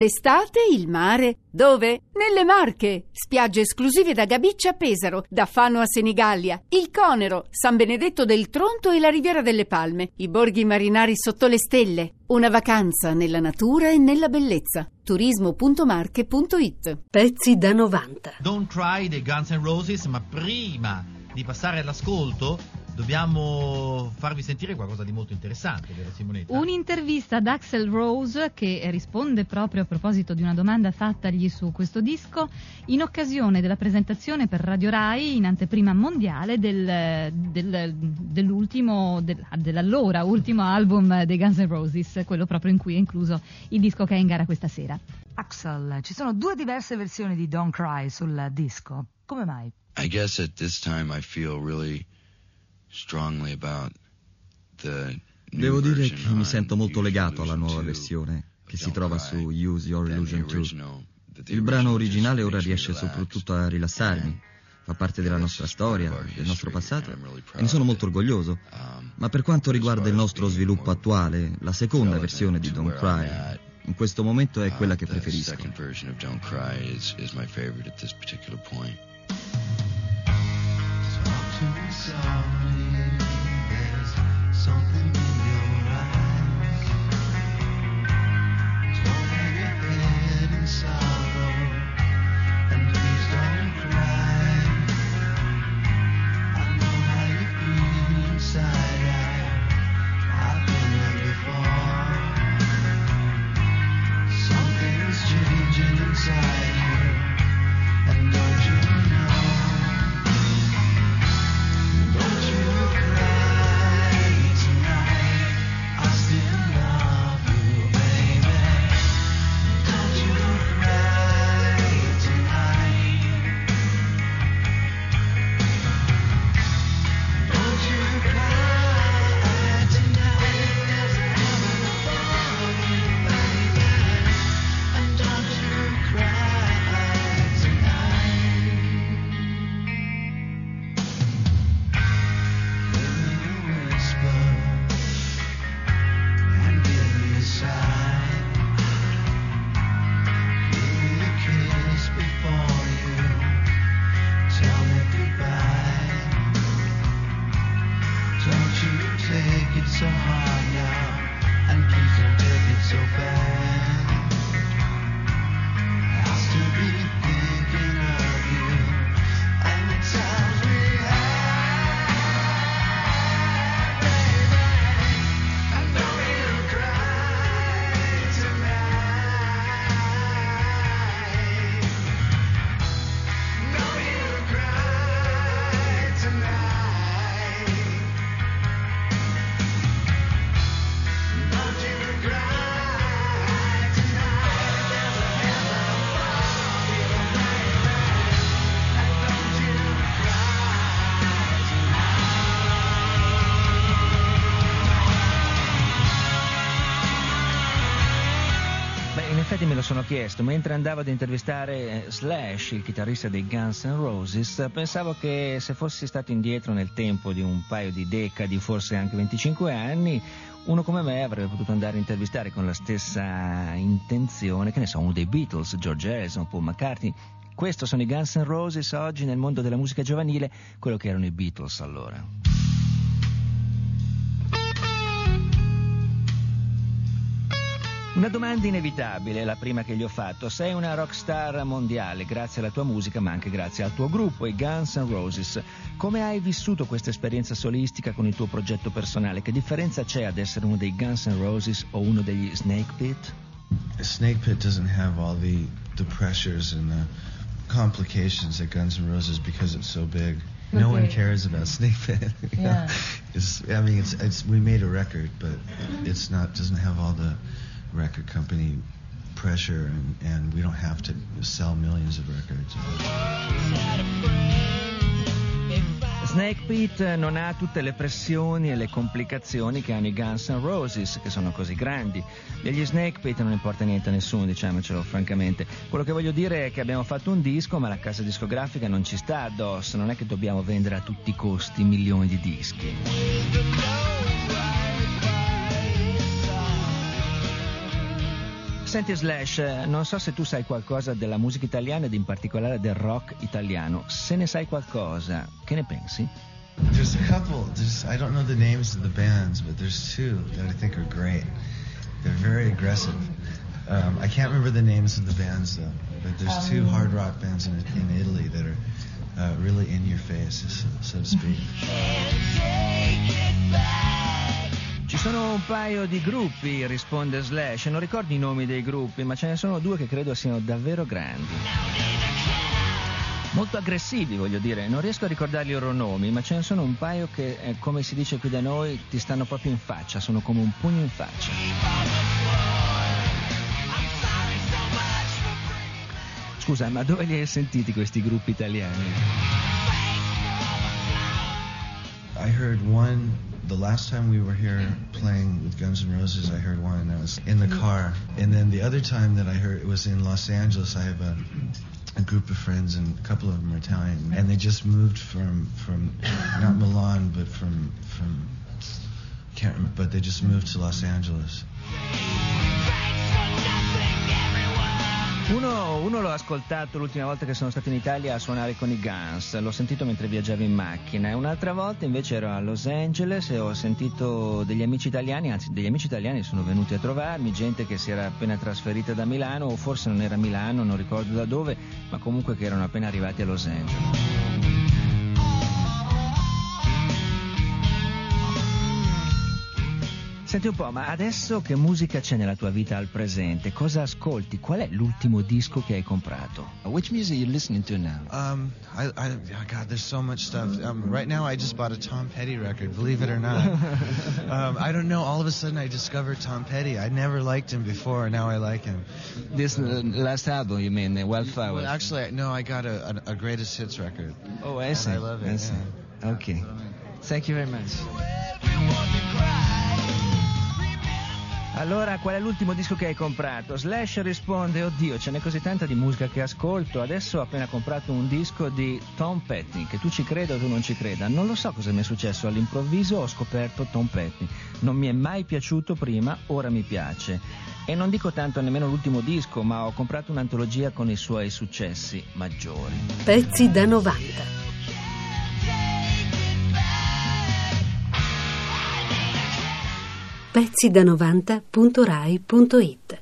Estate, il mare. Dove? Nelle Marche. Spiagge esclusive da Gabiccia a Pesaro, da Fano a Senigallia, il Conero, San Benedetto del Tronto e la Riviera delle Palme, i borghi marinari sotto le stelle. Una vacanza nella natura e nella bellezza. Turismo.marche.it. Pezzi da 90. Don't Cry dei Guns N' Roses, ma prima di passare all'ascolto dobbiamo farvi sentire qualcosa di molto interessante, vero Simonetta? Un'intervista ad Axl Rose che risponde proprio a proposito di una domanda fattagli su questo disco in occasione della presentazione per Radio Rai in anteprima mondiale dell'allora ultimo album dei Guns N' Roses, quello proprio in cui è incluso il disco che è in gara questa sera. Axl, ci sono due diverse versioni di Don't Cry sul disco. Come mai? I guess at this time I feel really strongly about the new Devo dire version che mi on sento molto Use Your legato alla Illusion nuova 2, versione che si Don't trova Cry, su Use Your than the Illusion 2. original, that the Il brano original originale just ora makes me riesce relax. soprattutto a rilassarmi, fa parte della nostra storia, del nostro passato e ne sono molto orgoglioso. Ma per quanto riguarda il nostro sviluppo attuale, la seconda versione di Don't Cry in questo momento è quella che The preferisco. second version of Don't Cry is my favorite at this particular point. Me lo sono chiesto mentre andavo ad intervistare Slash, il chitarrista dei Guns N' Roses. Pensavo che se fossi stato indietro nel tempo di un paio di decadi, forse anche 25 anni, uno come me avrebbe potuto andare a intervistare con la stessa intenzione, che ne so, uno dei Beatles, George Harrison, Paul McCartney. Questo sono i Guns N' Roses oggi nel mondo della musica giovanile, quello che erano i Beatles allora. Una domanda inevitabile, la prima che gli ho fatto. Sei una rockstar mondiale grazie alla tua musica, ma anche grazie al tuo gruppo, i Guns N' Roses. Come hai vissuto questa esperienza solistica con il tuo progetto personale? Che differenza c'è ad essere uno dei Guns N' Roses o uno degli Snake Pit? Snake Pit doesn't have all the pressures and the complications that Guns N' Roses because it's so big. No one cares about Snake Pit. Yeah. We made a record, but doesn't have all the record company pressure, and we don't have to sell millions of records. Snake Pit non ha tutte le pressioni e le complicazioni che hanno i Guns N' Roses, che sono così grandi. Degli Snake Pit non importa niente a nessuno, diciamocelo francamente. Quello che voglio dire è che abbiamo fatto un disco, ma la casa discografica non ci sta addosso, non è che dobbiamo vendere a tutti i costi milioni di dischi. Senti Slash, non so se tu sai qualcosa della musica italiana ed in particolare del rock italiano. Se ne sai qualcosa, che ne pensi? There's a couple. I don't know the names of the bands, but there's two that I think are great. They're very aggressive. I can't remember the names of the bands though, but there's two hard rock bands in Italy that are really in your face, so to speak. Ci sono un paio di gruppi, risponde Slash, non ricordo i nomi dei gruppi, ma ce ne sono due che credo siano davvero grandi. Molto aggressivi, voglio dire, non riesco a ricordarli i loro nomi, ma ce ne sono un paio che, come si dice qui da noi, ti stanno proprio in faccia, sono come un pugno in faccia. Scusa, ma dove li hai sentiti questi gruppi italiani? I heard one, the last time we were here playing with Guns N' Roses, I heard one, and I was in the car. And then the other time that I heard it was in Los Angeles. I have a group of friends, and a couple of them are Italian, and they just moved from not Milan, but from can't remember, but they just moved to Los Angeles. Uno l'ho ascoltato l'ultima volta che sono stato in Italia a suonare con i Guns, l'ho sentito mentre viaggiavo in macchina, e un'altra volta invece ero a Los Angeles e ho sentito degli amici italiani, anzi degli amici italiani sono venuti a trovarmi, gente che si era appena trasferita da Milano, o forse non era Milano, non ricordo da dove, ma comunque che erano appena arrivati a Los Angeles. Senti un po', ma adesso che musica c'è nella tua vita al presente? Cosa ascolti? Qual è l'ultimo disco che hai comprato? Which music are you listening to now? God, there's so much stuff. Right now I just bought a Tom Petty record, believe it or not. I don't know, all of a sudden I discovered Tom Petty. I never liked him before, now I like him. This last album, you mean, Wildflower? Well, actually, no, I got a greatest hits record. Oh, I see. I love it, yeah. Okay. Thank you very much. Allora, qual è l'ultimo disco che hai comprato? Slash risponde, oddio, ce n'è così tanta di musica che ascolto, adesso ho appena comprato un disco di Tom Petty, che tu ci creda o tu non ci creda, non lo so cosa mi è successo, all'improvviso ho scoperto Tom Petty, non mi è mai piaciuto prima, ora mi piace. E non dico tanto nemmeno l'ultimo disco, ma ho comprato un'antologia con i suoi successi maggiori. Pezzi da 90. pezzi da 90.rai.it